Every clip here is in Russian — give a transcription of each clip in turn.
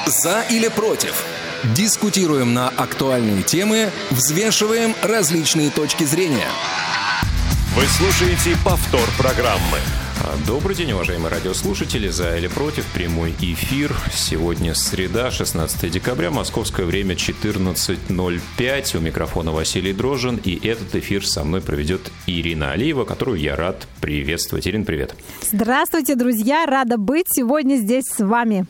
За или против? Дискутируем на актуальные темы, взвешиваем различные точки зрения. Вы слушаете повтор программы. Добрый день, уважаемые радиослушатели. За или против, прямой эфир. Сегодня среда, 16 декабря, московское время 14:05. У микрофона Василий Дрожжин. И этот эфир со мной проведет Ирина Алиева, которую я рад приветствовать. Ирина, привет. Здравствуйте, друзья. Рада быть сегодня здесь с вами.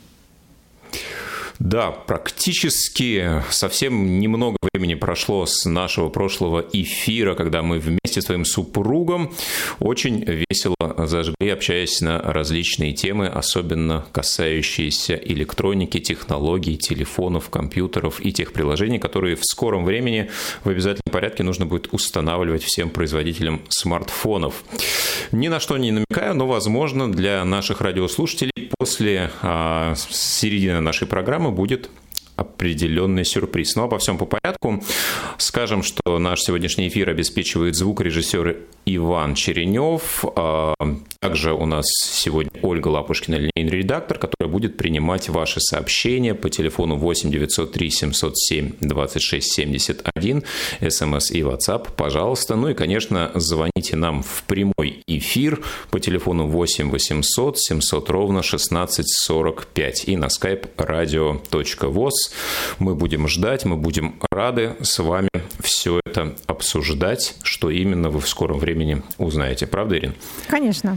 Да, практически совсем немного времени прошло с нашего прошлого эфира, когда мы вместе с твоим супругом очень весело зажгли, общаясь на различные темы, особенно касающиеся электроники, технологий, телефонов, компьютеров и тех приложений, которые в скором времени в обязательном порядке нужно будет устанавливать всем производителям смартфонов. Ни на что не намекаю, но, возможно, для наших радиослушателей после середины нашей программы будет определенный сюрприз. Но обо всем по порядку. Скажем, что наш сегодняшний эфир обеспечивает звукорежиссер Иван Черенев. Также у нас сегодня Ольга Лапушкина, линейный редактор, которая будет принимать ваши сообщения по телефону 8 903 707 26 71, СМС и WhatsApp, пожалуйста. Ну и, конечно, звоните нам в прямой эфир по телефону 8 800 700 ровно 16 45 и на skype radio.voz. Мы будем ждать, мы будем рады с вами все это обсуждать, что именно вы в скором времени узнаете. Правда, Ирина? Конечно.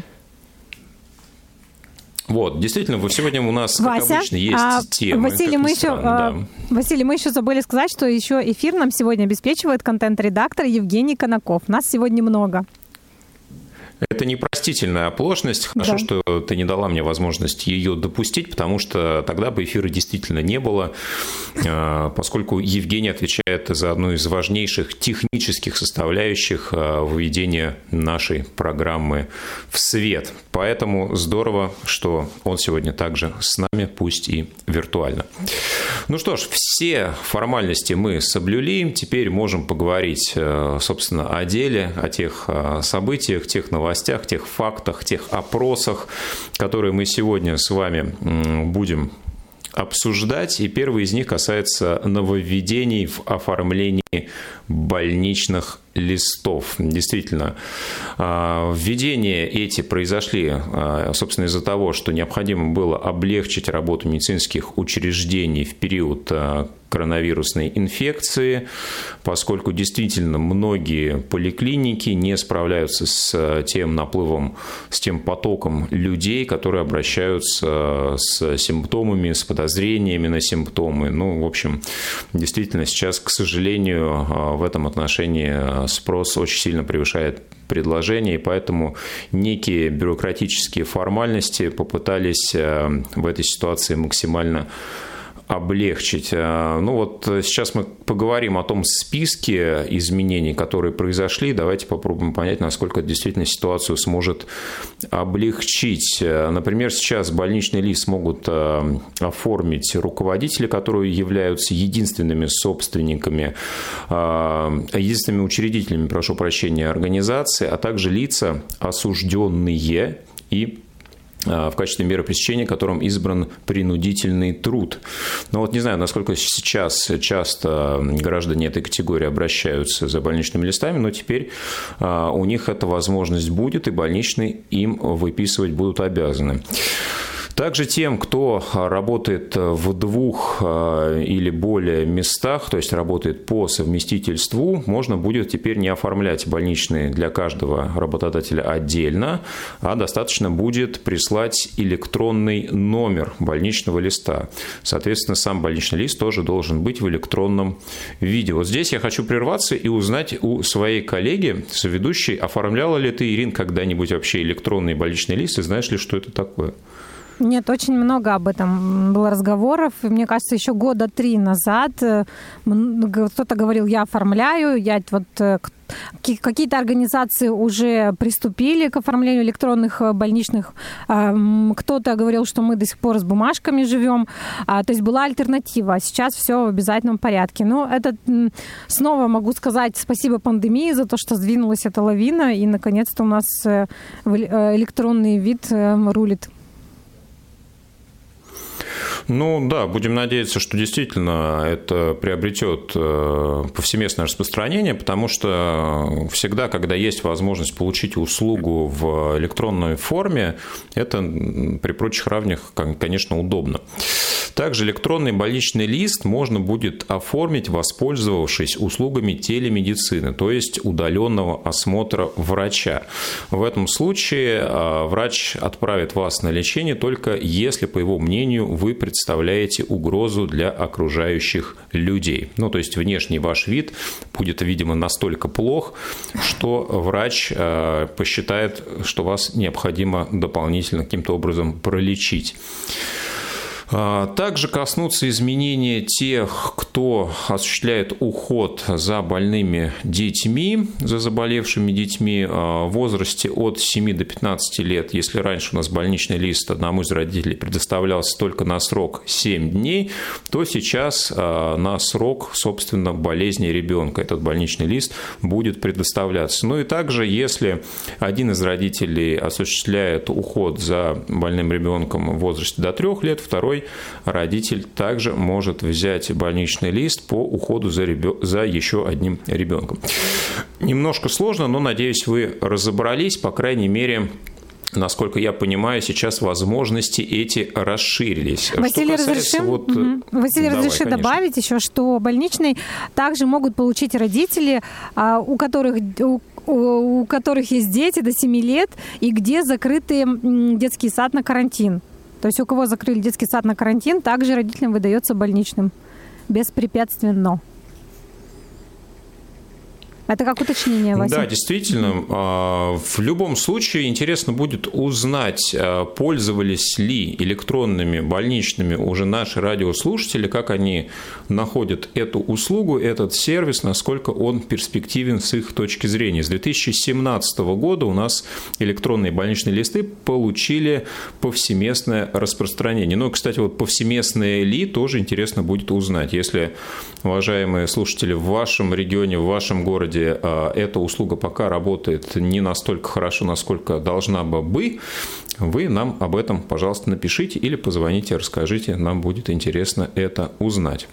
Вот, действительно, сегодня у нас, как Вася, обычно, есть темы. Василий, мы еще забыли сказать, что еще эфир нам сегодня обеспечивает контент-редактор Евгений Конаков. Нас сегодня много. Это непростительная оплошность. Хорошо, что ты не дала мне возможность ее допустить, потому что тогда бы эфира действительно не было, поскольку Евгений отвечает за одну из важнейших технических составляющих выведения нашей программы в свет. Поэтому здорово, что он сегодня также с нами, пусть и виртуально. Ну что ж, все формальности мы соблюли. Теперь можем поговорить, собственно, о деле, о тех событиях, тех новостях, тех фактах, тех опросах, которые мы сегодня с вами будем обсуждать. И первый из них касается нововведений в оформлении больничных листов. Действительно, введения эти произошли, собственно, из-за того, что необходимо было облегчить работу медицинских учреждений в период коронавирусной инфекции, поскольку действительно многие поликлиники не справляются с тем наплывом, с тем потоком людей, которые обращаются с симптомами, с подозрениями на симптомы. Ну, в общем, действительно, сейчас, к сожалению, в этом отношении спрос очень сильно превышает предложение, и поэтому некие бюрократические формальности попытались в этой ситуации максимально облегчить. Ну вот сейчас мы поговорим о том списке изменений, которые произошли. Давайте попробуем понять, насколько это действительно ситуацию сможет облегчить. Например, сейчас больничный лист могут оформить руководители, которые являются единственными собственниками, единственными учредителями, прошу прощения, организации, а также лица, осужденные и в качестве меры пресечения, которым избран принудительный труд. Но вот не знаю, насколько сейчас часто граждане этой категории обращаются за больничными листами, но теперь у них эта возможность будет, и больничные им выписывать будут обязаны. Также тем, кто работает в 2 или более местах, то есть работает по совместительству, можно будет теперь не оформлять больничные для каждого работодателя отдельно, а достаточно будет прислать электронный номер больничного листа. Соответственно, сам больничный лист тоже должен быть в электронном виде. Вот здесь я хочу прерваться и узнать у своей коллеги, соведущей, оформляла ли ты, Ирин, когда-нибудь вообще электронный больничный лист, и знаешь ли, что это такое? Нет, очень много об этом было разговоров. И мне кажется, еще 3 года назад кто-то говорил, я оформляю, какие-то организации уже приступили к оформлению электронных больничных. Кто-то говорил, что мы до сих пор с бумажками живем. То есть была альтернатива. Сейчас все в обязательном порядке. Но это снова могу сказать спасибо пандемии за то, что сдвинулась эта лавина, и наконец-то у нас электронный вид рулит. Ну да, будем надеяться, что действительно это приобретет повсеместное распространение, потому что всегда, когда есть возможность получить услугу в электронной форме, это при прочих равных, конечно, удобно. Также электронный больничный лист можно будет оформить, воспользовавшись услугами телемедицины, то есть удаленного осмотра врача. В этом случае врач отправит вас на лечение только если, по его мнению, вы представляете угрозу для окружающих людей. Ну, то есть внешний ваш вид будет, видимо, настолько плох, что врач посчитает, что вас необходимо дополнительно каким-то образом пролечить. Также коснутся изменения тех, кто осуществляет уход за больными детьми, за заболевшими детьми в возрасте от 7 до 15 лет. Если раньше у нас больничный лист одному из родителей предоставлялся только на срок 7 дней, то сейчас на срок, собственно, болезни ребенка этот больничный лист будет предоставляться. Ну и также, если один из родителей осуществляет уход за больным ребенком в возрасте до 3 лет, второй родитель также может взять больничный лист по уходу за еще одним ребенком. Немножко сложно, но, надеюсь, вы разобрались, по крайней мере, насколько я понимаю, сейчас возможности эти расширились. Василий, разреши добавить еще, что больничный также могут получить родители, у которых есть дети до 7 лет и где закрытый детский сад на карантин. То есть у кого закрыли детский сад на карантин, также родителям выдается больничным беспрепятственно. Это как уточнение, Вася. Да, действительно. В любом случае интересно будет узнать, пользовались ли электронными больничными уже наши радиослушатели, как они находят эту услугу, этот сервис, насколько он перспективен с их точки зрения. С 2017 года у нас электронные больничные листы получили повсеместное распространение. Ну, кстати, вот повсеместное ли тоже интересно будет узнать. Если, уважаемые слушатели, в вашем регионе, в вашем городе эта услуга пока работает не настолько хорошо, насколько должна бы быть, вы нам об этом, пожалуйста, напишите или позвоните, расскажите, нам будет интересно это узнать.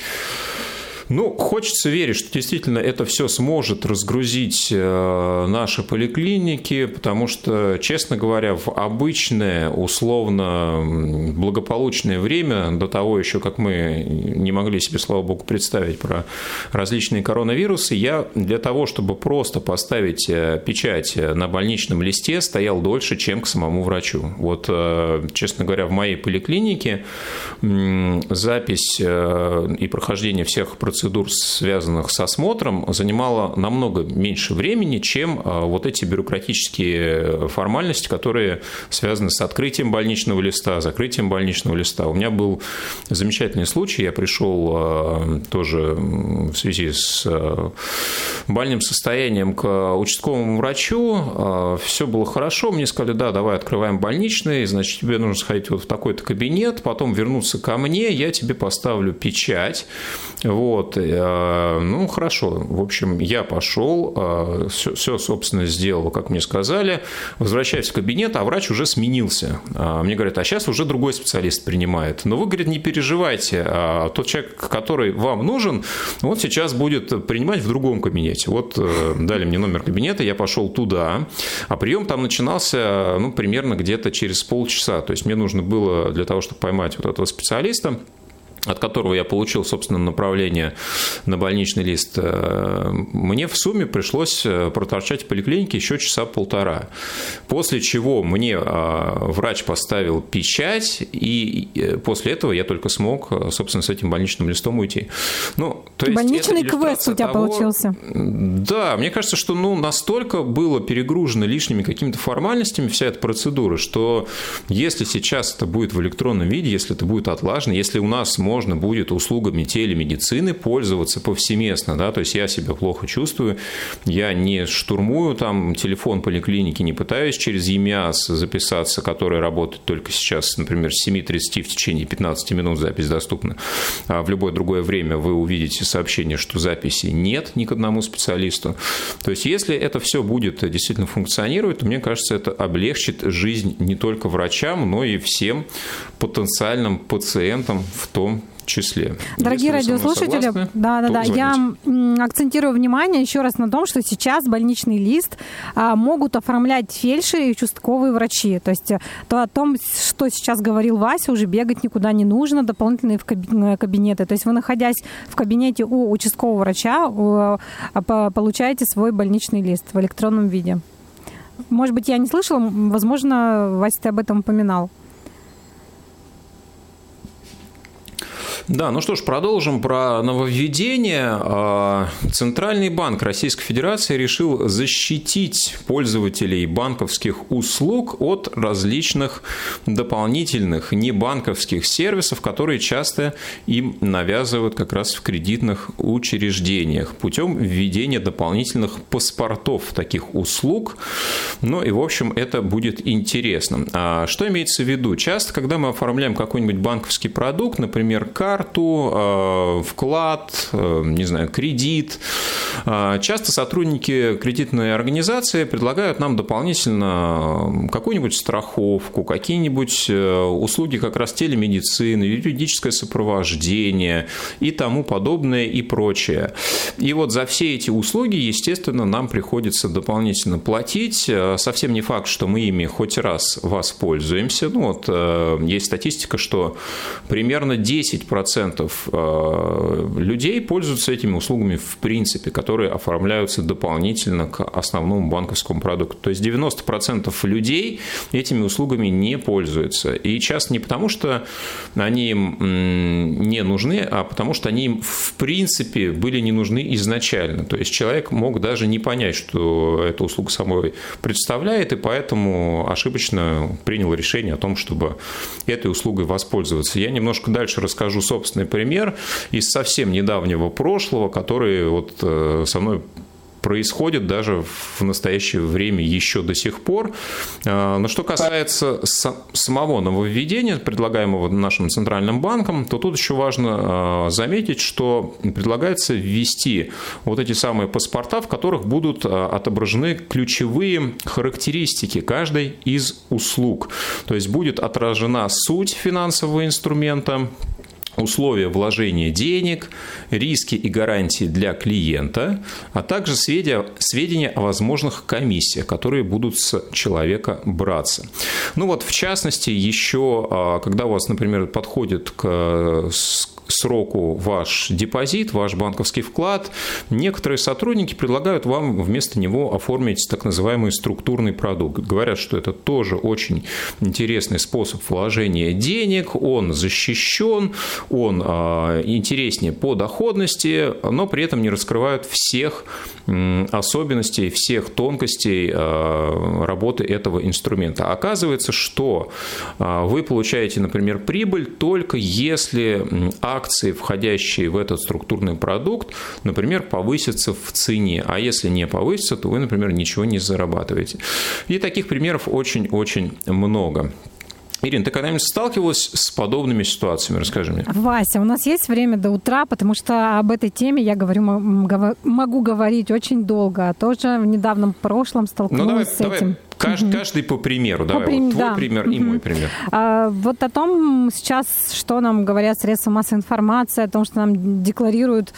Ну, хочется верить, что действительно это все сможет разгрузить наши поликлиники, потому что, честно говоря, в обычное, условно благополучное время, до того еще, как мы не могли себе, слава богу, представить про различные коронавирусы, я для того, чтобы просто поставить печать на больничном листе, стоял дольше, чем к самому врачу. Вот, честно говоря, в моей поликлинике запись и прохождение всех процедур, связанных с осмотром, занимало намного меньше времени, чем вот эти бюрократические формальности, которые связаны с открытием больничного листа, закрытием больничного листа. У меня был замечательный случай. Я пришел тоже в связи с больным состоянием к участковому врачу. Все было хорошо. Мне сказали, да, давай открываем больничный, значит, тебе нужно сходить вот в такой-то кабинет, потом вернуться ко мне, я тебе поставлю печать. Вот. Ну, хорошо. В общем, я пошел, все, собственно, сделал, как мне сказали. Возвращаюсь в кабинет, а врач уже сменился. Мне говорят, а сейчас уже другой специалист принимает. Но вы, говорит, не переживайте. Тот человек, который вам нужен, он сейчас будет принимать в другом кабинете. Вот дали мне номер кабинета, я пошел туда. А прием там начинался, ну, примерно где-то через полчаса. То есть мне нужно было для того, чтобы поймать вот этого специалиста, от которого я получил, собственно, направление на больничный лист, мне в сумме пришлось проторчать в поликлинике еще часа полтора. После чего мне врач поставил печать, и после этого я только смог, собственно, с этим больничным листом уйти. Ну, то есть больничный квест у тебя получился. Да, мне кажется, что настолько было перегружено лишними какими-то формальностями вся эта процедура, что если сейчас это будет в электронном виде, если это будет отлажено, если у нас можно будет услугами телемедицины пользоваться повсеместно, да, то есть я себя плохо чувствую, я не штурмую там телефон поликлиники, не пытаюсь через ЕМИАС записаться, который работает только сейчас, например, с 7:30 в течение 15 минут запись доступна, а в любое другое время вы увидите сообщение, что записи нет ни к одному специалисту. То есть если это все будет действительно функционировать, то, мне кажется, это облегчит жизнь не только врачам, но и всем потенциальным пациентам в том числе. Дорогие радиослушатели, я акцентирую внимание еще раз на том, что сейчас больничный лист могут оформлять фельдшеры и участковые врачи. То есть о том, что сейчас говорил Вася, уже бегать никуда не нужно, дополнительные кабинеты. То есть вы, находясь в кабинете у участкового врача, получаете свой больничный лист в электронном виде. Может быть, я не слышала, возможно, Вася, ты об этом упоминал. Да, ну что ж, продолжим про нововведение. Центральный банк Российской Федерации решил защитить пользователей банковских услуг от различных дополнительных небанковских сервисов, которые часто им навязывают как раз в кредитных учреждениях путем введения дополнительных паспортов таких услуг. Ну и, в общем, это будет интересно. Что имеется в виду? Часто, когда мы оформляем какой-нибудь банковский продукт, например, карту, вклад, не знаю, кредит. Часто сотрудники кредитной организации предлагают нам дополнительно какую-нибудь страховку, какие-нибудь услуги как раз телемедицины, юридическое сопровождение и тому подобное и прочее. И вот за все эти услуги, естественно, нам приходится дополнительно платить. Совсем не факт, что мы ими хоть раз воспользуемся. Ну, вот, есть статистика, что примерно 10% людей пользуются этими услугами в принципе, которые оформляются дополнительно к основному банковскому продукту. То есть 90% людей этими услугами не пользуются. И часто не потому, что они им не нужны, а потому что они им в принципе были не нужны изначально. То есть человек мог даже не понять, что эта услуга собой представляет, и поэтому ошибочно принял решение о том, чтобы этой услугой воспользоваться. Я немножко дальше расскажу собственный пример из совсем недавнего прошлого, который вот со мной происходит даже в настоящее время еще до сих пор. Но что касается самого нововведения, предлагаемого нашим Центральным банком, то тут еще важно заметить, что предлагается ввести вот эти самые паспорта, в которых будут отображены ключевые характеристики каждой из услуг. То есть будет отражена суть финансового инструмента, условия вложения денег, риски и гарантии для клиента, а также сведения о возможных комиссиях, которые будут с человека браться. Ну вот, в частности, еще, когда у вас, например, подходит к сроку ваш депозит, ваш банковский вклад, некоторые сотрудники предлагают вам вместо него оформить так называемый структурный продукт. Говорят, что это тоже очень интересный способ вложения денег, он защищен, он интереснее по доходности, но при этом не раскрывают всех особенностей, всех тонкостей работы этого инструмента. Оказывается, что вы получаете, например, прибыль только если акции, входящие в этот структурный продукт, например, повысятся в цене, а если не повысятся, то вы, например, ничего не зарабатываете. И таких примеров очень-очень много. Ирина, ты когда-нибудь сталкивалась с подобными ситуациями? Расскажи мне. Вася, у нас есть время до утра, потому что об этой теме я могу говорить очень долго. Тоже в недавнем прошлом столкнулась с этим. Каждый по примеру. Давай, вот твой пример и мой пример. Вот о том сейчас, что нам говорят средства массовой информации, о том, что нам декларирует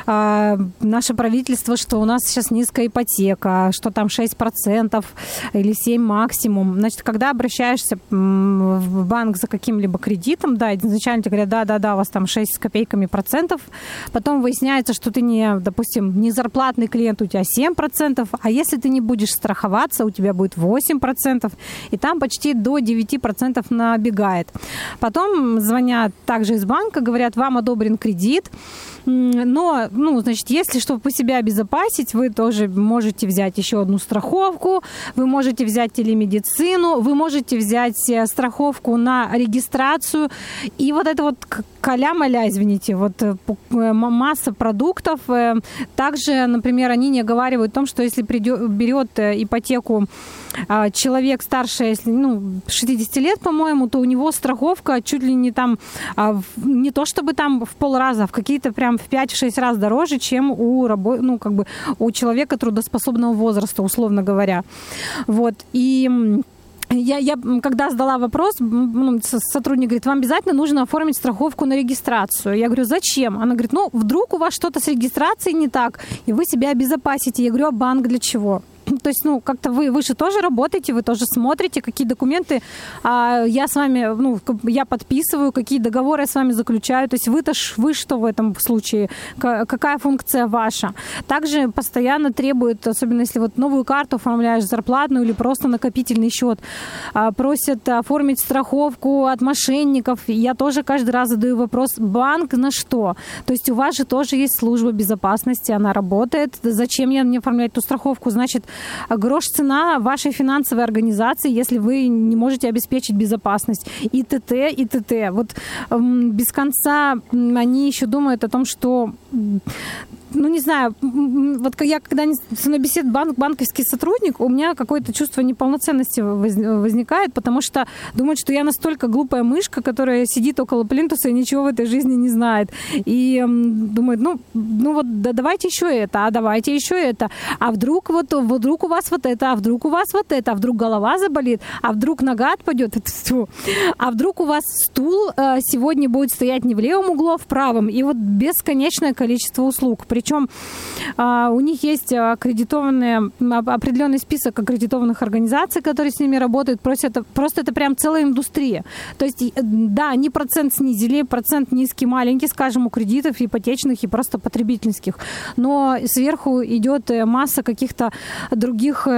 наше правительство, что у нас сейчас низкая ипотека, что там 6% или 7% максимум. Значит, когда обращаешься в банк за каким-либо кредитом, да, изначально тебе говорят, да, у вас там 6 с копейками процентов, потом выясняется, что ты допустим, не зарплатный клиент, у тебя 7%, а если ты не будешь страховаться, у тебя будет 8%, и там почти до 9% набегает. Потом звонят также из банка, говорят, вам одобрен кредит, Но, значит, если, чтобы себя обезопасить, вы тоже можете взять еще одну страховку, вы можете взять телемедицину, вы можете взять страховку на регистрацию. И вот это вот каля-маля, извините, вот масса продуктов. Также, например, они не оговаривают о том, что если берет ипотеку человек старше, если 60 лет, по-моему, то у него страховка чуть ли не там, не то чтобы там в полраза, а в какие-то прям в 5-6 раз дороже, чем у человека трудоспособного возраста, условно говоря. Вот. И я когда задала вопрос, сотрудник говорит, вам обязательно нужно оформить страховку на регистрацию. Я говорю, зачем? Она говорит, вдруг у вас что-то с регистрацией не так, и вы себя обезопасите. Я говорю, а банк для чего? То есть, как-то вы же тоже работаете, вы тоже смотрите, какие документы я с вами, я подписываю, какие договоры я с вами заключаю. То есть вы что в этом случае? Какая функция ваша? Также постоянно требуют, особенно если вот новую карту оформляешь, зарплатную или просто накопительный счет, просят оформить страховку от мошенников. Я тоже каждый раз задаю вопрос, банк на что? То есть у вас же тоже есть служба безопасности, она работает. Зачем мне оформлять ту страховку? Значит, грош цена вашей финансовой организации, если вы не можете обеспечить безопасность. И т.т., и т.т. Вот без конца они еще думают о том, что не знаю, вот я когда со мной беседует банковский сотрудник, у меня какое-то чувство неполноценности возникает, потому что думают, что я настолько глупая мышка, которая сидит около плинтуса и ничего в этой жизни не знает. И думают, давайте еще это, давайте еще это. А вдруг вдруг у вас вот это, а вдруг у вас вот это, а вдруг голова заболит, а вдруг нога отпадет, а вдруг у вас стул сегодня будет стоять не в левом углу, а в правом. И вот бесконечное количество услуг. Причем у них есть определенный список аккредитованных организаций, которые с ними работают. Просто это прям целая индустрия. То есть, да, они процент снизили, процент низкий, маленький, скажем, у кредитов ипотечных и просто потребительских. Но сверху идет масса каких-то других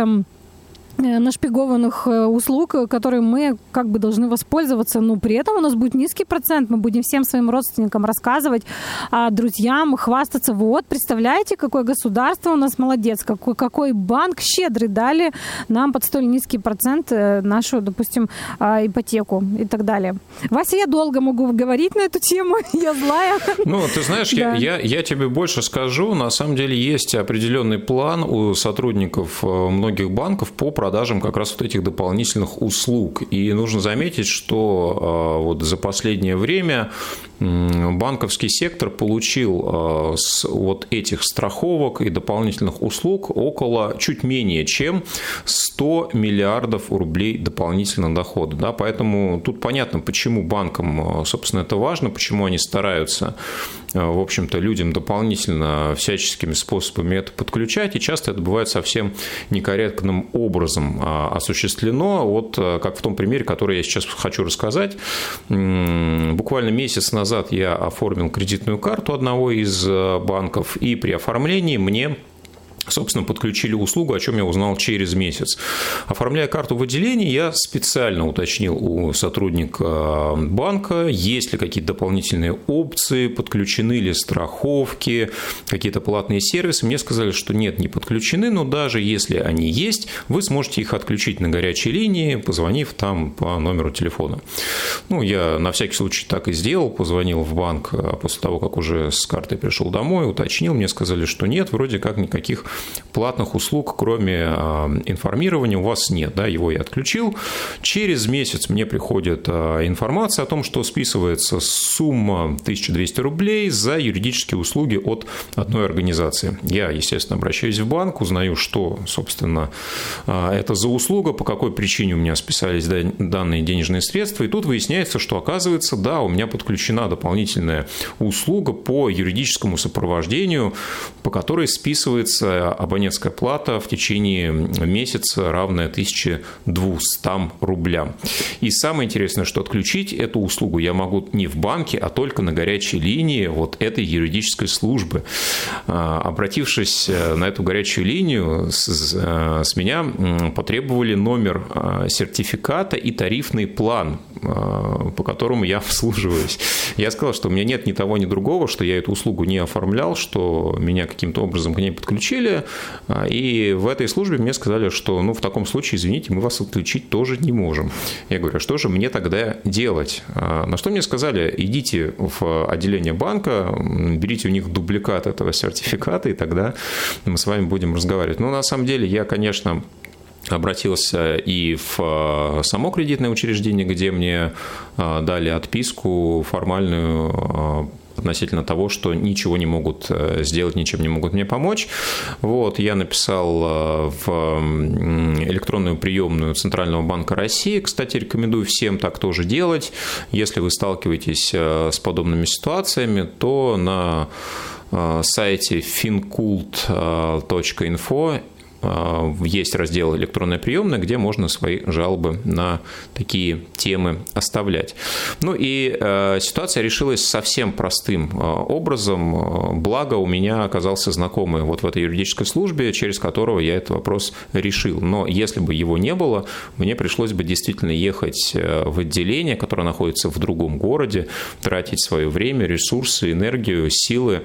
нашпигованных услуг, которые мы как бы должны воспользоваться, но при этом у нас будет низкий процент, мы будем всем своим родственникам рассказывать, друзьям, хвастаться, вот, представляете, какое государство у нас молодец, какой банк щедрый, дали нам под столь низкий процент нашу, допустим, ипотеку и так далее. Вася, я долго могу говорить на эту тему, я злая. Ты знаешь, да. я тебе больше скажу, на самом деле есть определенный план у сотрудников многих банков по продажам как раз вот этих дополнительных услуг. И нужно заметить, что вот за последнее время банковский сектор получил с вот этих страховок и дополнительных услуг чуть менее чем 100 миллиардов рублей дополнительного дохода. Да? Поэтому тут понятно, почему банкам, собственно, это важно, почему они стараются, в общем-то, людям дополнительно всяческими способами это подключать, и часто это бывает совсем некорректным образом осуществлено. Вот как в том примере, который я сейчас хочу рассказать. Буквально месяц назад я оформил кредитную карту одного из банков, и при оформлении мне собственно, подключили услугу, о чем я узнал через месяц. Оформляя карту в отделении, я специально уточнил у сотрудника банка, есть ли какие-то дополнительные опции, подключены ли страховки, какие-то платные сервисы. Мне сказали, что нет, не подключены, но даже если они есть, вы сможете их отключить на горячей линии, позвонив там по номеру телефона. Я на всякий случай так и сделал, позвонил в банк после того, как уже с картой пришел домой, уточнил, мне сказали, что нет, вроде как никаких платных услуг, кроме информирования, у вас нет, да, его я отключил. Через месяц мне приходит информация о том, что списывается сумма 1200 рублей за юридические услуги от одной организации. Я, естественно, обращаюсь в банк, узнаю, что, собственно, это за услуга, по какой причине у меня списались данные денежные средства, и тут выясняется, что, оказывается, да, у меня подключена дополнительная услуга по юридическому сопровождению, по которой списывается абонентская плата в течение месяца, равная 1200 рублям. И самое интересное, что отключить эту услугу я могу не в банке, а только на горячей линии вот этой юридической службы. Обратившись на эту горячую линию, с меня потребовали номер сертификата и тарифный план, по которому я обслуживаюсь. Я сказал, что у меня нет ни того, ни другого, что я эту услугу не оформлял, что меня каким-то образом к ней подключили, и в этой службе мне сказали, что в таком случае, извините, мы вас отключить тоже не можем. Я говорю, а что же мне тогда делать? На что мне сказали, идите в отделение банка, берите у них дубликат этого сертификата, и тогда мы с вами будем разговаривать. На самом деле, я, конечно, обратился и в само кредитное учреждение, где мне дали отписку формальную относительно того, что ничего не могут сделать, ничем не могут мне помочь. Я написал в электронную приемную Центрального банка России. Кстати, рекомендую всем так тоже делать. Если вы сталкиваетесь с подобными ситуациями, то на сайте fincult.info есть раздел «Электронная приемная», где можно свои жалобы на такие темы оставлять. И ситуация решилась совсем простым образом. Благо, у меня оказался знакомый в этой юридической службе, через которого я этот вопрос решил. Но если бы его не было, мне пришлось бы действительно ехать в отделение, которое находится в другом городе, тратить свое время, ресурсы, энергию, силы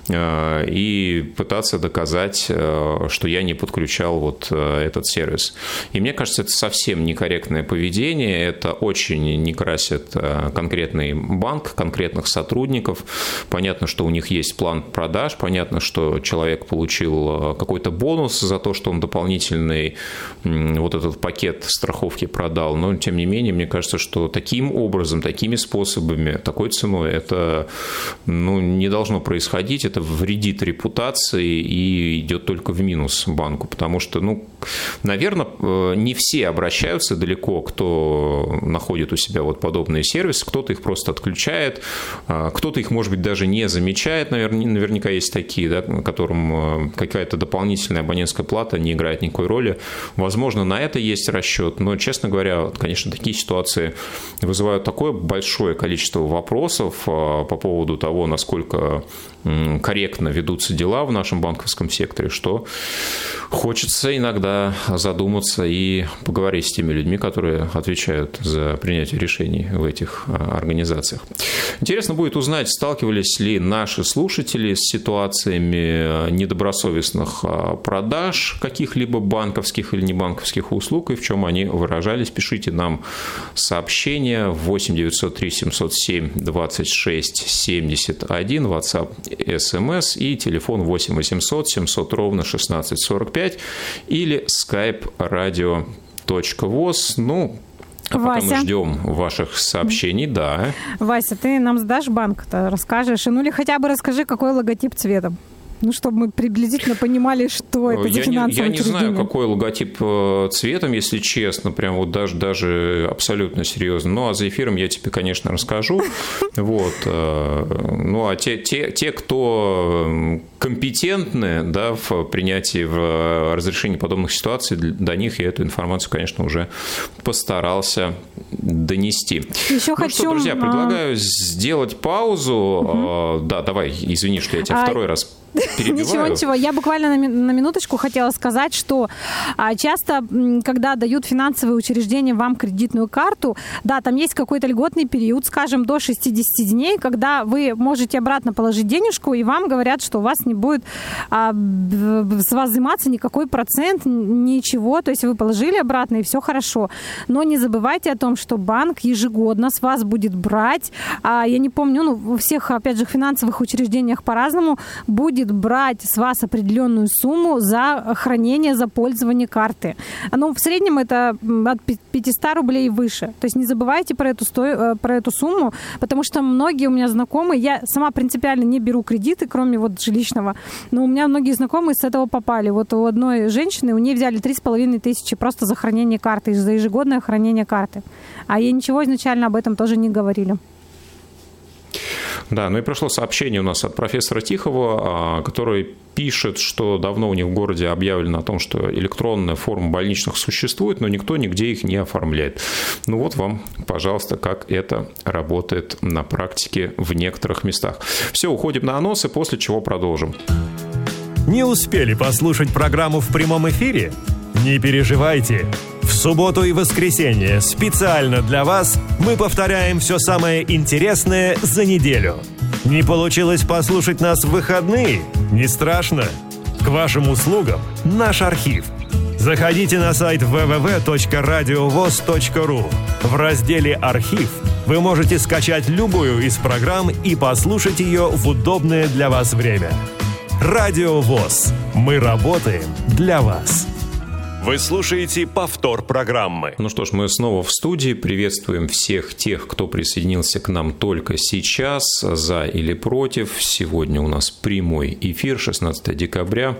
и пытаться доказать, что я не подключен этот сервис. И мне кажется, это совсем некорректное поведение, это очень не красит конкретный банк, конкретных сотрудников. Понятно, что у них есть план продаж, понятно, что человек получил какой-то бонус за то, что он дополнительный этот пакет страховки продал, но тем не менее, мне кажется, что таким образом, такими способами, такой ценой это не должно происходить, это вредит репутации и идет только в минус банку. Потому что, наверное, не все обращаются далеко, кто находит у себя подобные сервисы. Кто-то их просто отключает, кто-то их, может быть, даже не замечает. Наверняка есть такие, которым какая-то дополнительная абонентская плата не играет никакой роли. Возможно, на это есть расчет. Но, честно говоря, конечно, такие ситуации вызывают такое большое количество вопросов по поводу того, насколько корректно ведутся дела в нашем банковском секторе, что хочется иногда задуматься и поговорить с теми людьми, которые отвечают за принятие решений в этих организациях. Интересно будет узнать, сталкивались ли наши слушатели с ситуациями недобросовестных продаж каких-либо банковских или небанковских услуг, и в чем они выражались. Пишите нам сообщения в 8 903 707 26 71, WhatsApp, СМС и телефон 8 800 700 ровно 1645 или skype radio.voz. А пока мы ждем ваших сообщений, да. Вася, ты нам сдашь банк-то, расскажешь? Или хотя бы расскажи, какой логотип цветом. Чтобы мы приблизительно понимали, что это за финансовое учреждение. Я не знаю, какой логотип цветом, если честно, прям даже абсолютно серьезно. А за эфиром я тебе, конечно, расскажу. А те, кто компетентны, в принятии, в разрешении подобных ситуаций, до них я эту информацию, конечно, уже постарался донести. Еще хочу... друзья, предлагаю сделать паузу. Да, давай, извини, что я тебя второй раз перебиваю. Ничего. Я буквально на минуточку хотела сказать, что часто, когда дают финансовые учреждения вам кредитную карту, да, там есть какой-то льготный период, скажем, до 60 дней, когда вы можете обратно положить денежку, и вам говорят, что у вас не будет с вас взиматься никакой процент, ничего, то есть вы положили обратно, и все хорошо. Но не забывайте о том, что банк ежегодно с вас будет брать, я не помню, у всех, опять же, в финансовых учреждениях по-разному, будет брать с вас определенную сумму за хранение, за пользование карты. В среднем это от 500 рублей и выше. То есть не забывайте про эту сумму, потому что многие у меня знакомые, я сама принципиально не беру кредиты, кроме жилищного, но у меня многие знакомые с этого попали. У одной женщины, у нее взяли 3500 просто за хранение карты, за ежегодное хранение карты. А ей ничего изначально об этом тоже не говорили. Да, ну и пришло сообщение у нас от профессора Тихого, который пишет, что давно у них в городе объявлено о том, что электронная форма больничных существует, но никто нигде их не оформляет. Ну вот вам, пожалуйста, как это работает на практике в некоторых местах. Все, уходим на анонсы, после чего продолжим. Не успели послушать программу в прямом эфире? Не переживайте. В субботу и воскресенье специально для вас мы повторяем все самое интересное за неделю. Не получилось послушать нас в выходные? Не страшно. К вашим услугам наш архив. Заходите на сайт www.radiovoz.ru. В разделе «Архив» вы можете скачать любую из программ и послушать ее в удобное для вас время. Радио ВОС. Мы работаем для вас. Вы слушаете повтор программы. Ну что ж, мы снова в студии. Приветствуем всех тех, кто присоединился к нам только сейчас, за или против. Сегодня у нас прямой эфир, 16 декабря,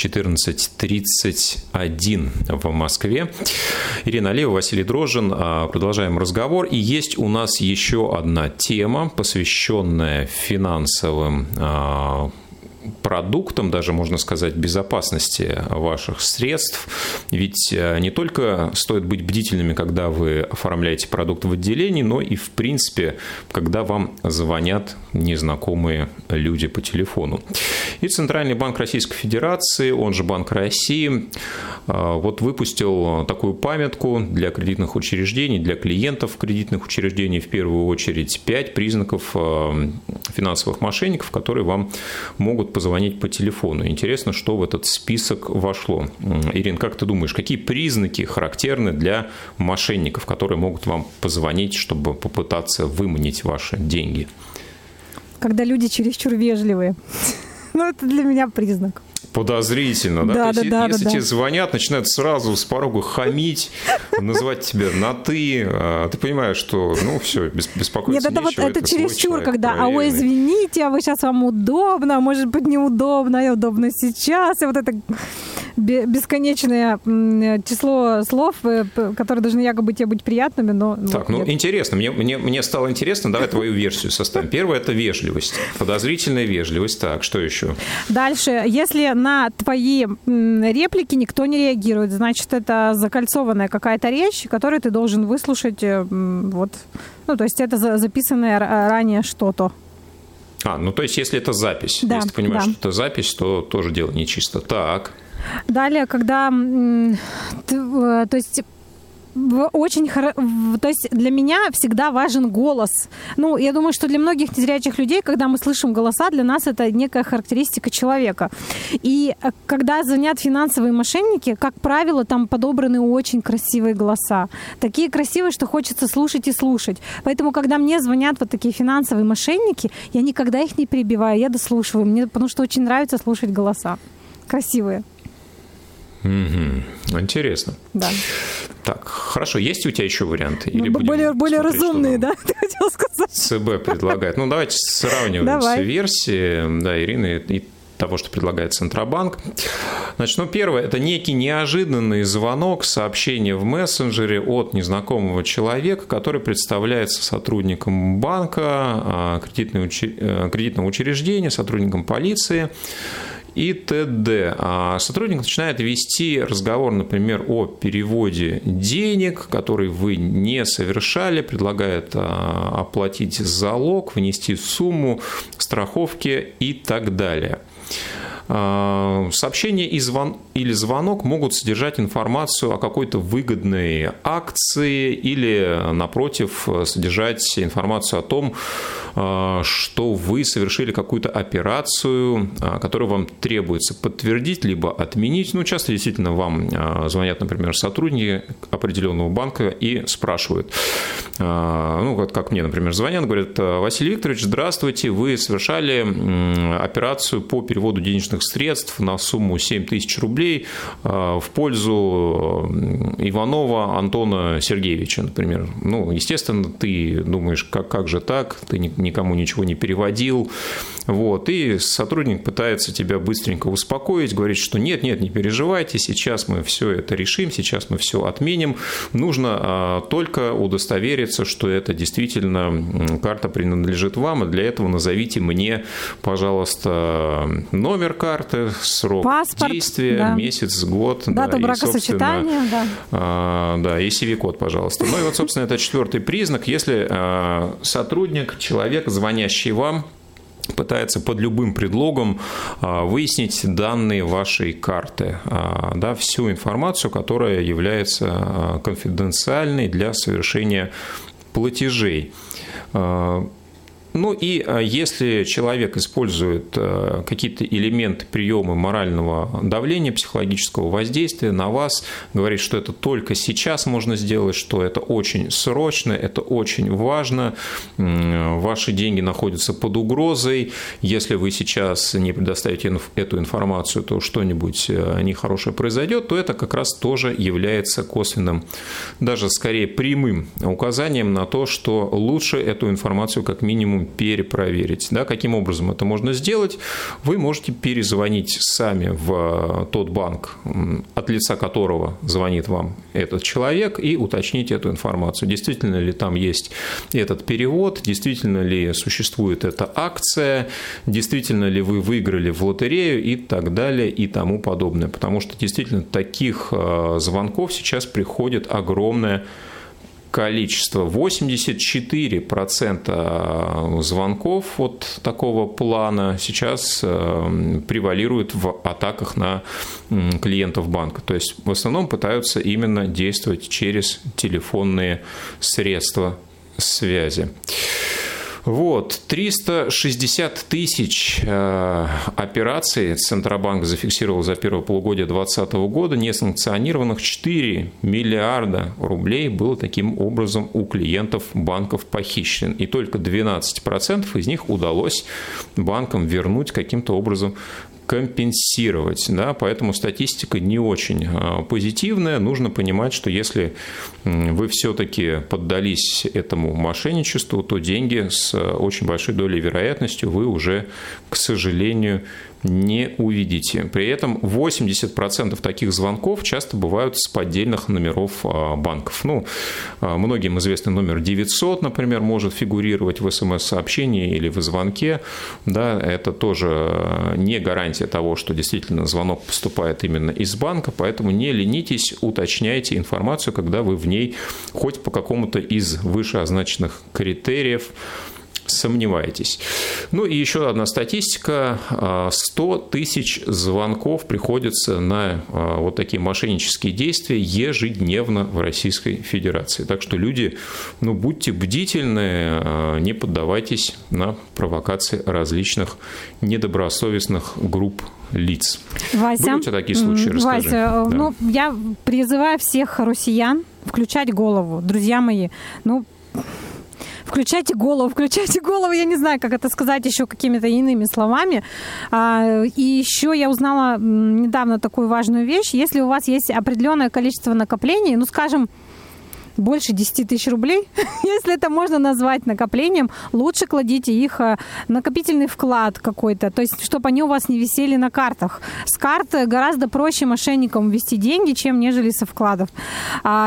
14:31 в Москве. Ирина Алиева, Василий Дрожжин. Продолжаем разговор. И есть у нас еще одна тема, посвященная финансовым продуктам, даже можно сказать, безопасности ваших средств. Ведь не только стоит быть бдительными, когда вы оформляете продукт в отделении, но и, в принципе, когда вам звонят незнакомые люди по телефону. И Центральный банк Российской Федерации, он же Банк России, вот выпустил такую памятку для кредитных учреждений, для клиентов кредитных учреждений, в первую очередь, 5 признаков финансовых мошенников, которые вам могут позвонить по телефону. Интересно, что в этот список вошло. Ирин, как ты думаешь, какие признаки характерны для мошенников, которые могут вам позвонить, чтобы попытаться выманить ваши деньги? Когда люди чересчур вежливые. Ну, это для меня признак. Подозрительно, да? Да, То есть, да, если да, тебе звонят, начинают сразу с порога хамить, называть тебя на «ты», ты понимаешь, что, ну, все, беспокоиться нечего. Нет, это чересчур, человек, когда, ой, извините, вы сейчас вам удобно, может быть, неудобно, и удобно сейчас, и вот это бесконечное число слов, которые должны якобы тебе быть приятными, но... Так, ну, интересно, мне стало интересно, давай твою версию составим. Первое – это вежливость, подозрительная вежливость. Так, что еще? Дальше, если на твои реплики никто не реагирует, значит, это закольцованная какая-то речь, которую ты должен выслушать, вот, ну, то есть это записанное ранее что-то. Ну, то есть, если это запись, да, если ты понимаешь, да. что это запись, то тоже дело нечисто. Так. Далее, когда, то есть... То есть для меня всегда важен голос. Ну, я думаю, что для многих незрячих людей, когда мы слышим голоса, для нас это некая характеристика человека. И когда звонят финансовые мошенники, как правило, там подобраны очень красивые голоса. Такие красивые, что хочется слушать и слушать. Поэтому, когда мне звонят вот такие финансовые мошенники, я никогда их не перебиваю, я дослушиваю. Мне потому что очень нравится слушать голоса. Красивые. Угу. Интересно. Да. Так, хорошо. Есть у тебя еще варианты? Или более разумные, да? Ты хотел сказать? ЦБ предлагает. Ну, давайте сравниваем все версии, да, Ирины и того, что предлагает Центробанк. Значит, ну, первое – это некий неожиданный звонок, сообщение в мессенджере от незнакомого человека, который представляется сотрудником банка, кредитного учреждения, сотрудником полиции и т.д. Сотрудник начинает вести разговор, например, о переводе денег, который вы не совершали, предлагает оплатить залог, внести сумму страховки и так далее. Сообщение или звонок могут содержать информацию о какой-то выгодной акции или, напротив, содержать информацию о том, что вы совершили какую-то операцию, которую вам требуется подтвердить либо отменить. Ну, часто действительно вам звонят, например, сотрудники определенного банка и спрашивают. Ну, вот как мне, например, звонят, говорят: Василий Викторович, здравствуйте, вы совершали операцию по переводу денежных наличных средств на сумму 7 тысяч рублей в пользу Иванова Антона Сергеевича, например. Ну, естественно, ты думаешь, как же так, ты никому ничего не переводил. Вот. И сотрудник пытается тебя быстренько успокоить, говорит, что нет, не переживайте, сейчас мы все это решим, сейчас мы все отменим. Нужно только удостовериться, что это действительно карта принадлежит вам, и для этого назовите мне, пожалуйста, номер карты, срок паспорт, действия, да. месяц, год. Дату да, бракосочетания, да, и CV-код, пожалуйста. Ну и вот, собственно, это 4-й признак. Если сотрудник, человек, звонящий вам, пытается под любым предлогом выяснить данные вашей карты, да, всю информацию, которая является конфиденциальной для совершения платежей. Ну и если человек использует какие-то элементы приема морального давления, психологического воздействия на вас, говорит, что это только сейчас можно сделать, что это очень срочно, это очень важно, ваши деньги находятся под угрозой, если вы сейчас не предоставите эту информацию, то что-нибудь нехорошее произойдет, то это как раз тоже является косвенным, даже скорее прямым указанием на то, что лучше эту информацию как минимум перепроверить. Да, каким образом это можно сделать? Вы можете перезвонить сами в тот банк, от лица которого звонит вам этот человек, и уточнить эту информацию. Действительно ли там есть этот перевод, действительно ли существует эта акция, действительно ли вы выиграли в лотерею и так далее и тому подобное. Потому что действительно таких звонков сейчас приходит огромное количество. 84% звонков вот такого плана сейчас превалируют в атаках на клиентов банка. То есть в основном пытаются именно действовать через телефонные средства связи. Вот, 360 тысяч операций Центробанк зафиксировал за первое полугодие 2020 года, несанкционированных 4 миллиарда рублей было таким образом у клиентов банков похищено. И только 12% из них удалось банкам вернуть каким-то образом, компенсировать, да, поэтому статистика не очень позитивная. Нужно понимать, что если вы все-таки поддались этому мошенничеству, то деньги с очень большой долей вероятности вы уже, к сожалению, не увидите. При этом 80% таких звонков часто бывают с поддельных номеров банков. Ну, многим известный номер 900, например, может фигурировать в СМС-сообщении или в звонке. Да, это тоже не гарантия того, что действительно звонок поступает именно из банка, поэтому не ленитесь, уточняйте информацию, когда вы в ней хоть по какому-то из вышеозначенных критериев сомневаетесь. Ну и еще одна статистика. 100 тысяч звонков приходится на вот такие мошеннические действия ежедневно в Российской Федерации. Так что люди, ну, будьте бдительны, не поддавайтесь на провокации различных недобросовестных групп лиц. Вася, были у тебя такие случаи? Расскажи. Вася, да. Ну, я призываю всех россиян включать голову. Друзья мои, ну, включайте голову, я не знаю, как это сказать еще какими-то иными словами. И еще я узнала недавно такую важную вещь. Если у вас есть определенное количество накоплений, ну, скажем, больше 10 тысяч рублей, если это можно назвать накоплением, лучше кладите их в накопительный вклад какой-то, то есть, чтобы они у вас не висели на картах. С карт гораздо проще мошенникам ввести деньги, чем нежели со вкладов. То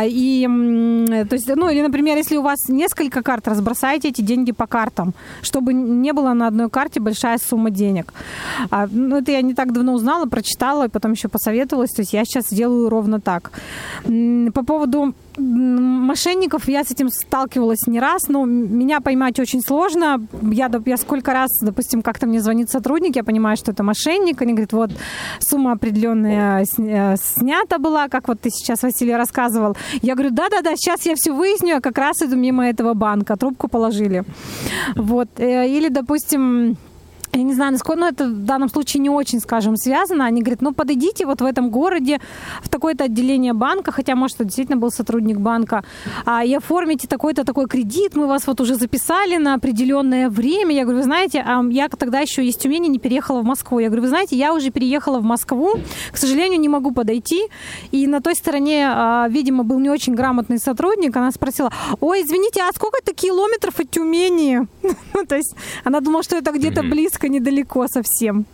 есть, ну, или, например, если у вас несколько карт, разбросайте эти деньги по картам, чтобы не было на одной карте большая сумма денег. Ну, это я не так давно узнала, прочитала, и потом еще посоветовалась, то есть я сейчас делаю ровно так. По поводу мошенников я с этим сталкивалась не раз, но меня поймать очень сложно. Я сколько раз, допустим, как-то мне звонит сотрудник, я понимаю, что это мошенник, они говорят, вот сумма определенная снята была, как вот ты сейчас, Василий, рассказывал. Я говорю, да-да-да, сейчас я все выясню, я как раз иду мимо этого банка, трубку положили. Вот. Или, допустим, я не знаю, насколько, ну, это в данном случае не очень, скажем, связано. Они говорят, ну, подойдите вот в этом городе в такое-то отделение банка, хотя, может, это действительно был сотрудник банка, и оформите такой-то такой кредит, мы вас вот уже записали на определенное время. Я говорю, вы знаете, я тогда еще из Тюмени не переехала в Москву. Я говорю, вы знаете, я уже переехала в Москву, к сожалению, не могу подойти. И на той стороне, видимо, был не очень грамотный сотрудник. Она спросила, ой, извините, а сколько это километров от Тюмени? То есть она думала, что это где-то близко, недалеко совсем.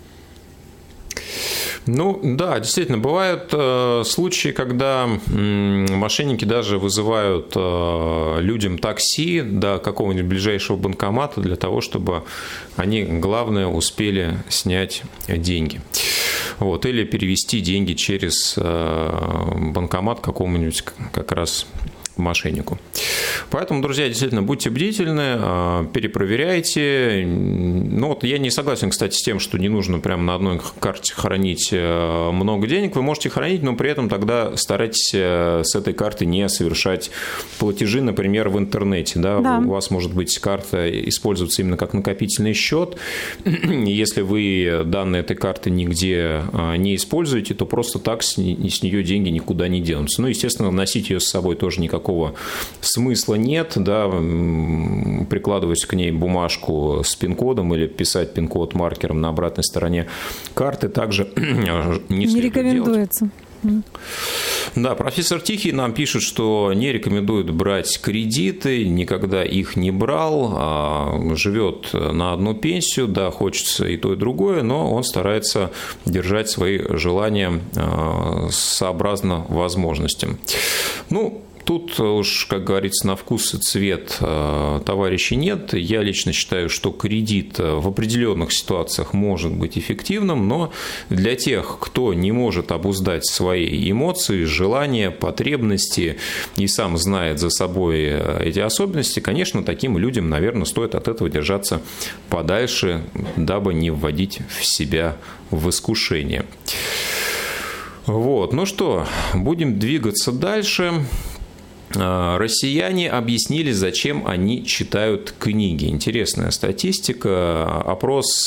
Ну, да, действительно, бывают случаи, когда мошенники даже вызывают людям такси до какого-нибудь ближайшего банкомата для того, чтобы они, главное, успели снять деньги. Вот, или перевести деньги через банкомат какому-нибудь как раз мошеннику. Поэтому, друзья, действительно, будьте бдительны, перепроверяйте. Ну, вот я не согласен, кстати, с тем, что не нужно прямо на одной карте хранить много денег. Вы можете хранить, но при этом тогда старайтесь с этой карты не совершать платежи, например, в интернете. Да? Да. У вас, может быть, карта используется именно как накопительный счет. Если вы данные этой карты нигде не используете, то просто так с нее деньги никуда не денутся. Ну, естественно, носить ее с собой тоже никакого смысла нет, да, прикладывать к ней бумажку с пин-кодом или писать пин-код маркером на обратной стороне карты также не рекомендуется. Да, профессор Тихий нам пишет, что не рекомендует брать кредиты, никогда их не брал, живет на одну пенсию, да, хочется и то, и другое, но он старается держать свои желания сообразно возможностям. Ну, тут уж, как говорится, на вкус и цвет товарищей нет. Я лично считаю, что кредит в определенных ситуациях может быть эффективным, но для тех, кто не может обуздать свои эмоции, желания, потребности и сам знает за собой эти особенности, конечно, таким людям, наверное, стоит от этого держаться подальше, дабы не вводить в себя в искушение. Вот. Ну что, будем двигаться дальше. Россияне объяснили, зачем они читают книги. Интересная статистика. Опрос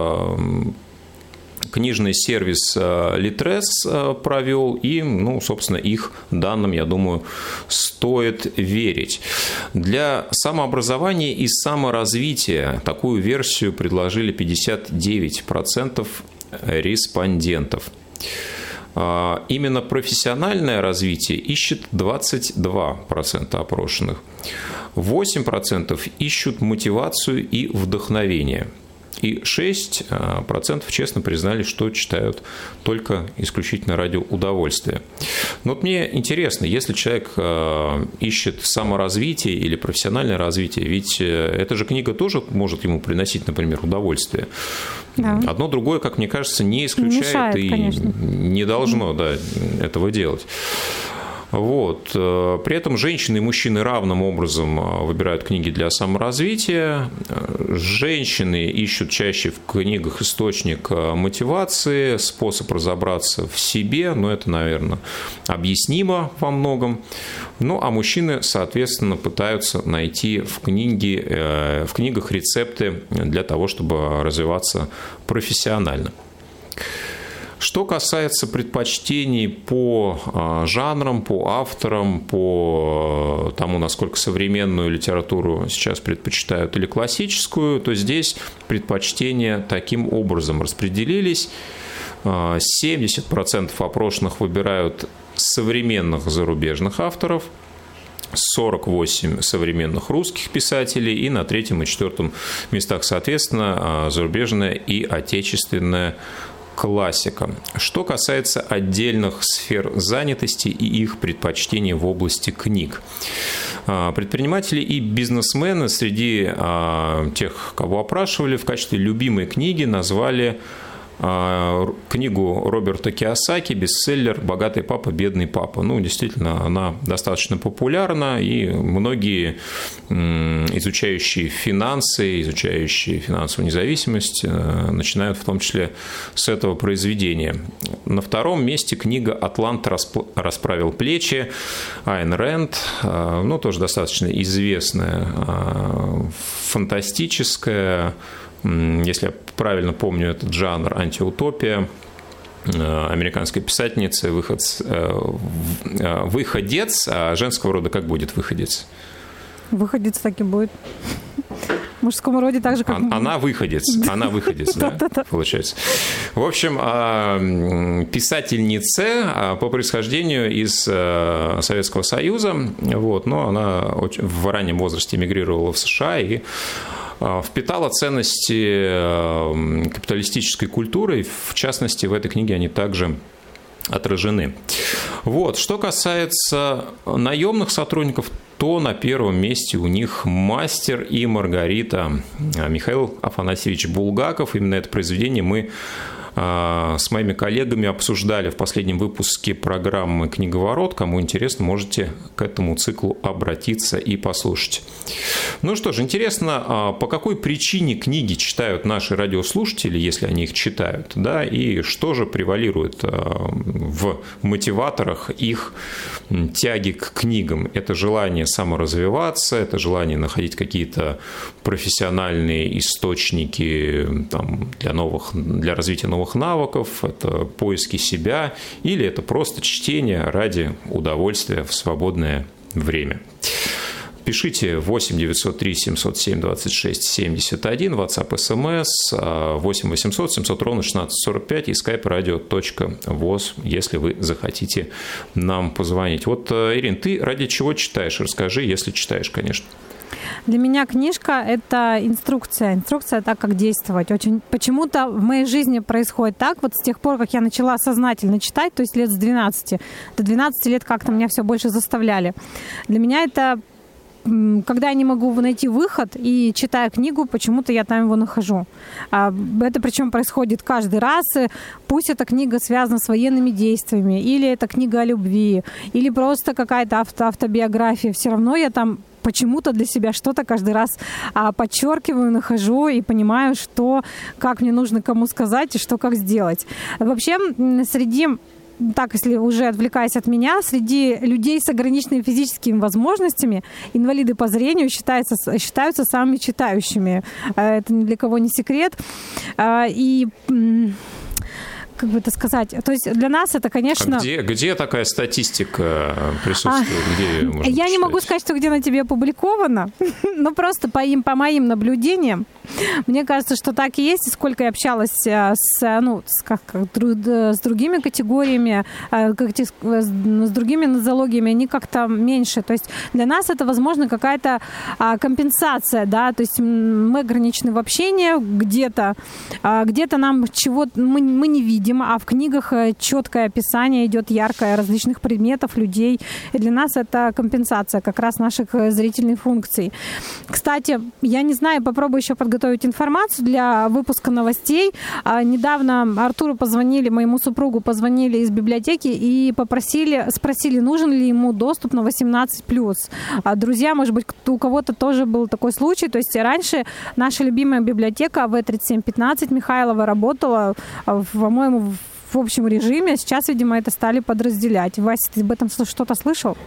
книжный сервис Литрес провел, и, ну, собственно, их данным, я думаю, стоит верить. Для самообразования и саморазвития такую версию предложили 59% респондентов. Именно профессиональное развитие ищет 22% опрошенных. 8% ищут мотивацию и вдохновение. И 6% честно признали, что читают только исключительно ради удовольствия. Но вот мне интересно, если человек ищет саморазвитие или профессиональное развитие, ведь эта же книга тоже может ему приносить, например, удовольствие. Да. Одно другое, как мне кажется, не исключает мешает, и конечно. Не должно этого делать. Вот. При этом женщины и мужчины равным образом выбирают книги для саморазвития. Женщины ищут чаще в книгах источник мотивации, способ разобраться в себе, но это, наверное, объяснимо во многом. Ну, а мужчины, соответственно, пытаются найти в книгах рецепты для того, чтобы развиваться профессионально. Что касается предпочтений по жанрам, по авторам, по тому, насколько современную литературу сейчас предпочитают или классическую, то здесь предпочтения таким образом распределились. 70% опрошенных выбирают современных зарубежных авторов, 48 современных русских писателей и на третьем и четвертом местах, соответственно, зарубежная и отечественная классика. Что касается отдельных сфер занятости и их предпочтений в области книг. Предприниматели и бизнесмены среди тех, кого опрашивали, в качестве любимой книги назвали книгу Роберта Кийосаки, бестселлер «Богатый папа, бедный папа». Ну, действительно, она достаточно популярна, и многие изучающие финансы, изучающие финансовую независимость начинают в том числе с этого произведения. На втором месте книга «Атлант расправил плечи», Айн Рэнд, ну, тоже достаточно известная, фантастическая, если я правильно помню этот жанр, антиутопия, американской писательницы, выходец, а женского рода как будет выходец? Выходец так и будет. В мужском роде так же, как... Она выходец, да, получается. В общем, писательница по происхождению из Советского Союза, вот, но она в раннем возрасте эмигрировала в США и впитала ценности капиталистической культуры, и в частности, в этой книге они также отражены. Вот. Что касается наемных сотрудников, то на первом месте у них «Мастер и Маргарита», Михаил Афанасьевич Булгаков. Именно это произведение мы с моими коллегами обсуждали в последнем выпуске программы «Книговорот». Кому интересно, можете к этому циклу обратиться и послушать. Ну что ж, интересно, по какой причине книги читают наши радиослушатели, если они их читают, да, и что же превалирует в мотиваторах их тяги к книгам? Это желание саморазвиваться, это желание находить какие-то профессиональные источники там, для развития новых навыков, это поиски себя, или это просто чтение ради удовольствия в свободное время. Пишите 8 903 707 26 71, WhatsApp, SMS, 8 800 700 ровно 1645 и skype-radio.voz, если вы захотите нам позвонить. Вот, Ирин, ты ради чего читаешь? Расскажи, если читаешь, конечно. Для меня книжка – это инструкция. Инструкция так, как действовать. Очень почему-то в моей жизни происходит так, вот с тех пор, как я начала сознательно читать, то есть лет с 12. До 12 лет как-то меня все больше заставляли. Для меня это когда я не могу найти выход и читая книгу, почему-то я там его нахожу. Это причем происходит каждый раз. Пусть эта книга связана с военными действиями, или это книга о любви, или просто какая-то автобиография. Все равно я там почему-то для себя что-то каждый раз подчеркиваю, нахожу и понимаю, что, как мне нужно кому сказать и что, как сделать. Вообще, так, если уже отвлекаясь от меня, среди людей с ограниченными физическими возможностями инвалиды по зрению считаются самыми читающими. Это ни для кого не секрет. И как бы это сказать, то есть для нас это, конечно... Где такая статистика присутствует? Где можно я не могу сказать, что где она тебе опубликована, но просто по моим наблюдениям, мне кажется, что так и есть. И сколько я общалась с другими категориями, с другими нозологиями, они как-то меньше. То есть для нас это, возможно, какая-то компенсация, да, то есть мы ограничены в общении, где-то нам чего-то мы не видим, а в книгах четкое описание идет, яркое, различных предметов, людей. И для нас это компенсация как раз наших зрительных функций. Кстати, я не знаю, попробую еще подготовить информацию для выпуска новостей. Недавно Артуру моему супругу позвонили из библиотеки и спросили, нужен ли ему доступ на 18+. Друзья, может быть, у кого-то тоже был такой случай. То есть раньше наша любимая библиотека В3715 Михайлова работала, по-моему, в общем режиме. Сейчас, видимо, это стали подразделять. Вася, ты об этом что-то слышал?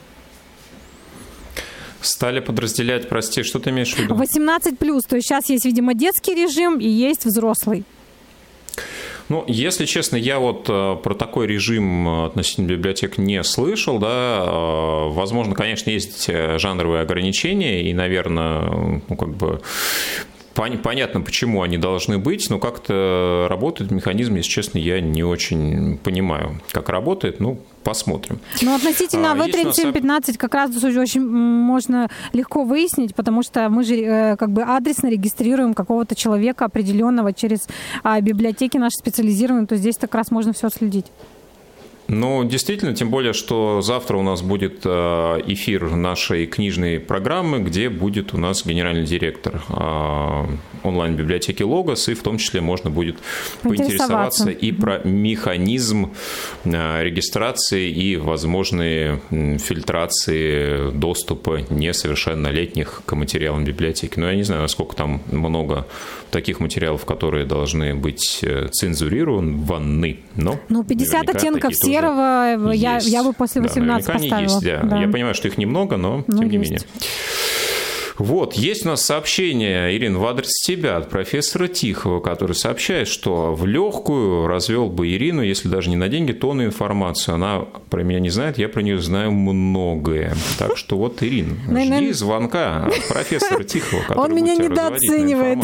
Стали подразделять, прости, что ты имеешь в виду? 18+, то есть сейчас есть, видимо, детский режим и есть взрослый. Ну, если честно, я вот про такой режим относительно библиотек не слышал, да, возможно, конечно, есть жанровые ограничения, и, наверное, понятно, почему они должны быть, но как-то работает механизм, если честно, я не очень понимаю, как работает, посмотрим. Но относительно В3715 как раз очень можно легко выяснить, потому что мы же адресно регистрируем какого-то человека определенного через библиотеки наши специализированные, то здесь как раз можно все следить. Ну, действительно, тем более, что завтра у нас будет эфир нашей книжной программы, где будет у нас генеральный директор онлайн-библиотеки «Логос», и в том числе можно будет поинтересоваться и про механизм регистрации и возможные фильтрации доступа несовершеннолетних к материалам библиотеки. Но я не знаю, насколько там много таких материалов, которые должны быть цензурированы. Но 50 оттенков серого я бы после 18 поставила. Есть, да. Я понимаю, что их немного, но тем не менее. Вот, есть у нас сообщение, Ирина, в адрес тебя от профессора Тихого, который сообщает, что в легкую развел бы Ирину, если даже не на деньги, то на информацию. Она про меня не знает, я про нее знаю многое. Так что вот, Ирина, жди звонка от профессора Тихого, который он меня недооценивает.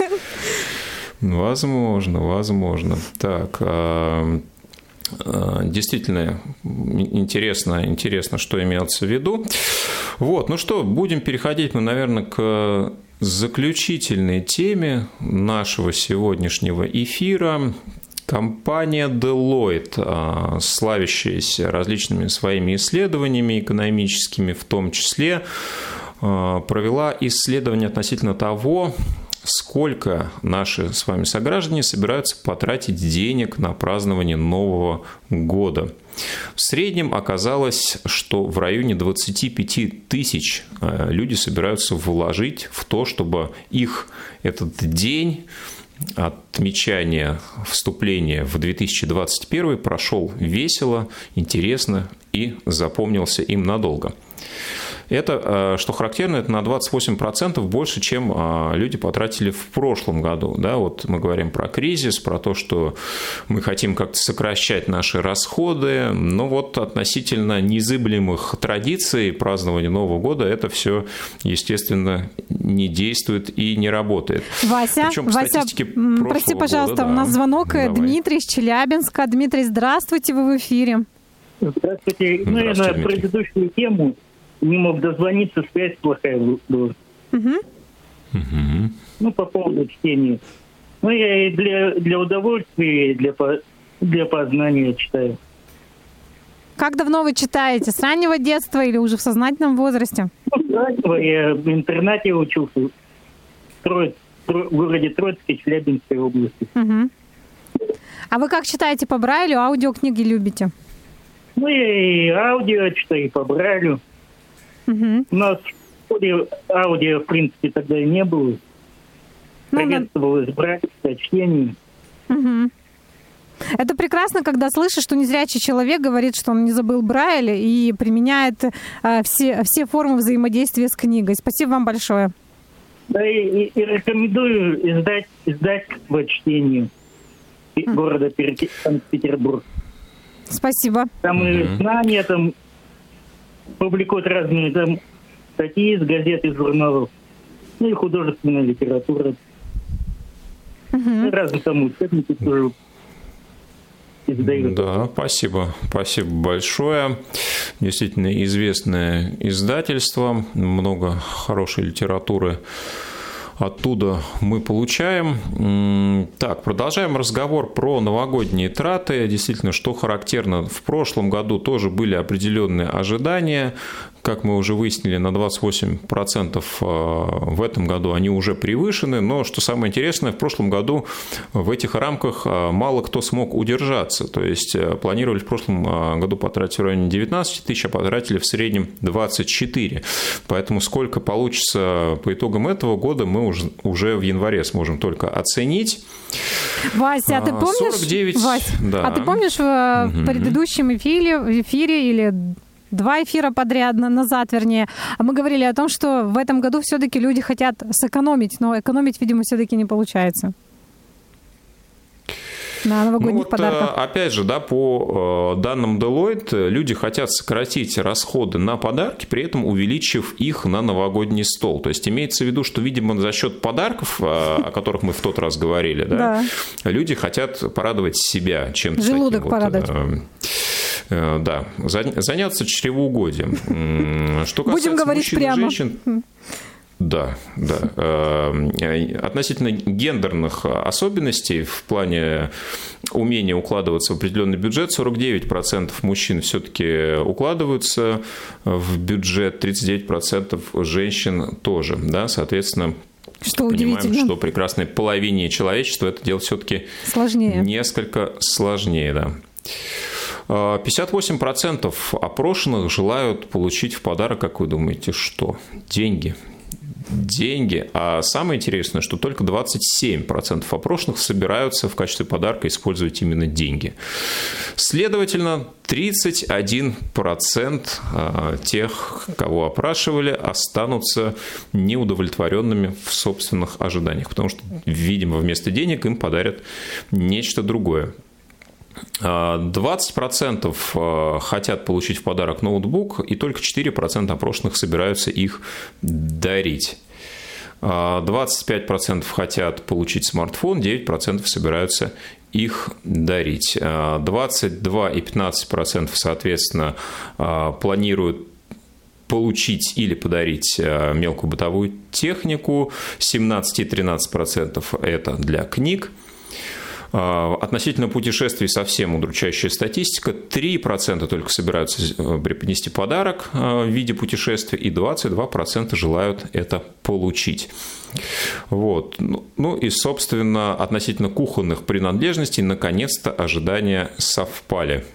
Возможно. Так, действительно интересно, что имелось в виду. Вот, ну что, будем переходить мы, наверное, к заключительной теме нашего сегодняшнего эфира. Компания Deloitte, славящаяся различными своими исследованиями экономическими, в том числе, провела исследование относительно того, сколько наши с вами сограждане собираются потратить денег на празднование Нового года. В среднем оказалось, что в районе 25 тысяч люди собираются вложить в то, чтобы их этот день отмечания вступления в 2021 прошел весело, интересно и запомнился им надолго. Это, что характерно, это на 28% больше, чем люди потратили в прошлом году. Да, вот мы говорим про кризис, про то, что мы хотим как-то сокращать наши расходы, но вот относительно незыблемых традиций празднования Нового года это все, естественно, не действует и не работает. Вася, прости, пожалуйста, года, у нас звонок. Давай. Дмитрий из Челябинска. Дмитрий, здравствуйте, вы в эфире. Здравствуйте. Ну, я на предыдущую тему не мог дозвониться, связь плохая была. Ну, по поводу чтения. Ну, я и для удовольствия, и для познания читаю. Как давно вы читаете? С раннего детства или уже в сознательном возрасте? Ну, с раннего. Я в интернате учился в городе Троицке, Челябинской области. А вы как читаете, по Брайлю, аудиокниги любите? Ну, я и аудио читаю, и по Брайлю. У нас в школе аудио, в принципе, тогда и не было. Приветствовалось Брайль, чтение. Это прекрасно, когда слышишь, что незрячий человек говорит, что он не забыл Брайль и применяет все формы взаимодействия с книгой. Спасибо вам большое. Да, и рекомендую издательство чтения города Санкт-Петербург. Спасибо. Там и знания, там публикуют разные там статьи из газет, из журналов. Ну и художественная литература. Разные там учебники тоже издают. Да, спасибо. Спасибо большое. Действительно известное издательство. Много хорошей литературы оттуда мы получаем. Так, продолжаем разговор про новогодние траты. Действительно, что характерно, в прошлом году тоже были определенные ожидания. Как мы уже выяснили, на 28% в этом году они уже превышены. Но, что самое интересное, в прошлом году в этих рамках мало кто смог удержаться. То есть планировали в прошлом году потратить в районе 19 тысяч, а потратили в среднем 24. Поэтому сколько получится по итогам этого года, мы уже в январе сможем только оценить. Вася, а ты помнишь, 49, Вась, да. А ты помнишь в предыдущем эфире или 2 эфира подряд назад, вернее, мы говорили о том, что в этом году все-таки люди хотят сэкономить, но экономить, видимо, все-таки не получается на новогодних подарках. Опять же, да, по данным Deloitte, люди хотят сократить расходы на подарки, при этом увеличив их на новогодний стол. То есть имеется в виду, что, видимо, за счет подарков, о которых мы в тот раз говорили, да, люди хотят порадовать себя чем-то таким. Желудок порадовать. Да, заняться чревоугодием. Что касается будем говорить мужчин прямо. И женщин, да. Относительно гендерных особенностей в плане умения укладываться в определенный бюджет, 49% мужчин все-таки укладываются в бюджет, 39% женщин тоже, да, соответственно. Что понимаем, удивительно. что прекрасной половине человечества это делать все-таки несколько сложнее, да. 58% опрошенных желают получить в подарок, как вы думаете, что? Деньги. деньги. А самое интересное, что только 27% опрошенных собираются в качестве подарка использовать именно деньги. Следовательно, 31% тех, кого опрашивали, останутся неудовлетворенными в собственных ожиданиях, потому что, видимо, вместо денег им подарят нечто другое. 20% хотят получить в подарок ноутбук, и только 4% опрошенных собираются их дарить. 25% хотят получить смартфон, 9% собираются их дарить. 22 и 15%, соответственно, планируют получить или подарить мелкую бытовую технику, 17 и 13% это для книг. Относительно путешествий совсем удручающая статистика. 3% только собираются преподнести подарок в виде путешествия, и 22% желают это получить. Вот. Ну и, собственно, относительно кухонных принадлежностей, наконец-то ожидания совпали.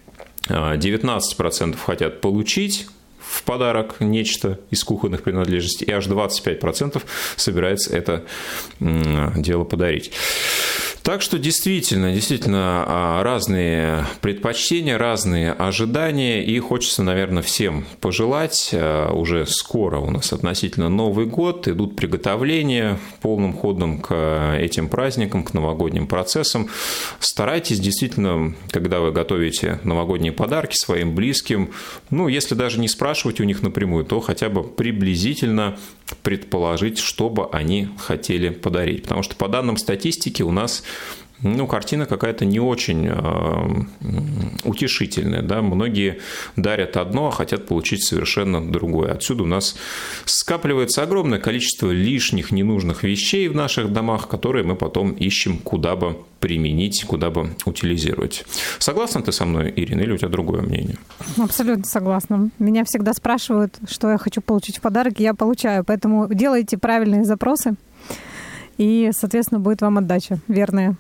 19% хотят получить в подарок нечто из кухонных принадлежностей, и аж 25% собирается это дело подарить. Так что действительно разные предпочтения, разные ожидания, и хочется, наверное, всем пожелать. Уже скоро у нас относительно Новый год, идут приготовления полным ходом к этим праздникам, к новогодним процессам. Старайтесь действительно, когда вы готовите новогодние подарки своим близким, если даже не спрашивать у них напрямую, то хотя бы приблизительно предположить, что бы они хотели подарить. Потому что по данным статистики у нас картина какая-то не очень утешительная. Да? Многие дарят одно, а хотят получить совершенно другое. Отсюда у нас скапливается огромное количество лишних, ненужных вещей в наших домах, которые мы потом ищем, куда бы применить, куда бы утилизировать. Согласна ты со мной, Ирина, или у тебя другое мнение? Абсолютно согласна. Меня всегда спрашивают, что я хочу получить в подарок, и я получаю. Поэтому делайте правильные запросы, и, соответственно, будет вам отдача верная.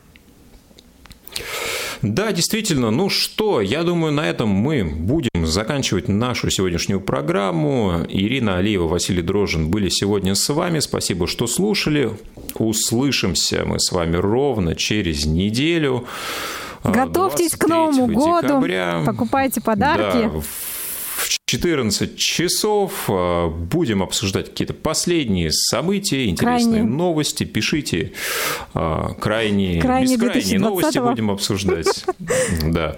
Да, действительно. Я думаю, на этом мы будем заканчивать нашу сегодняшнюю программу. Ирина Алиева, Василий Дрожжин были сегодня с вами. Спасибо, что слушали. Услышимся мы с вами ровно через неделю. Готовьтесь к Новому году, покупайте подарки. Да, в 14 часов будем обсуждать какие-то последние события, интересные новости. Пишите бескрайние новости будем обсуждать. Да.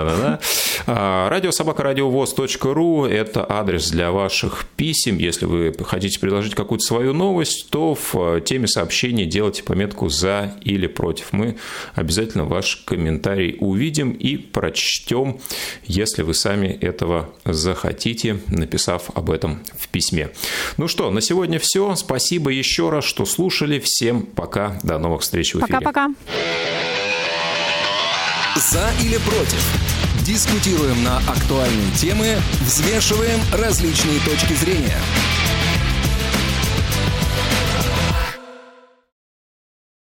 Радиособака.радиовоз.ру – это адрес для ваших писем. Если вы хотите предложить какую-то свою новость, то в теме сообщения делайте пометку «за» или «против». Мы обязательно ваш комментарий увидим и прочтем, если вы сами этого захотите, написав об этом в письме. На сегодня все. Спасибо еще раз, что слушали. Всем пока. До новых встреч в эфире. Пока-пока. За или против? Дискутируем на актуальные темы, взвешиваем различные точки зрения.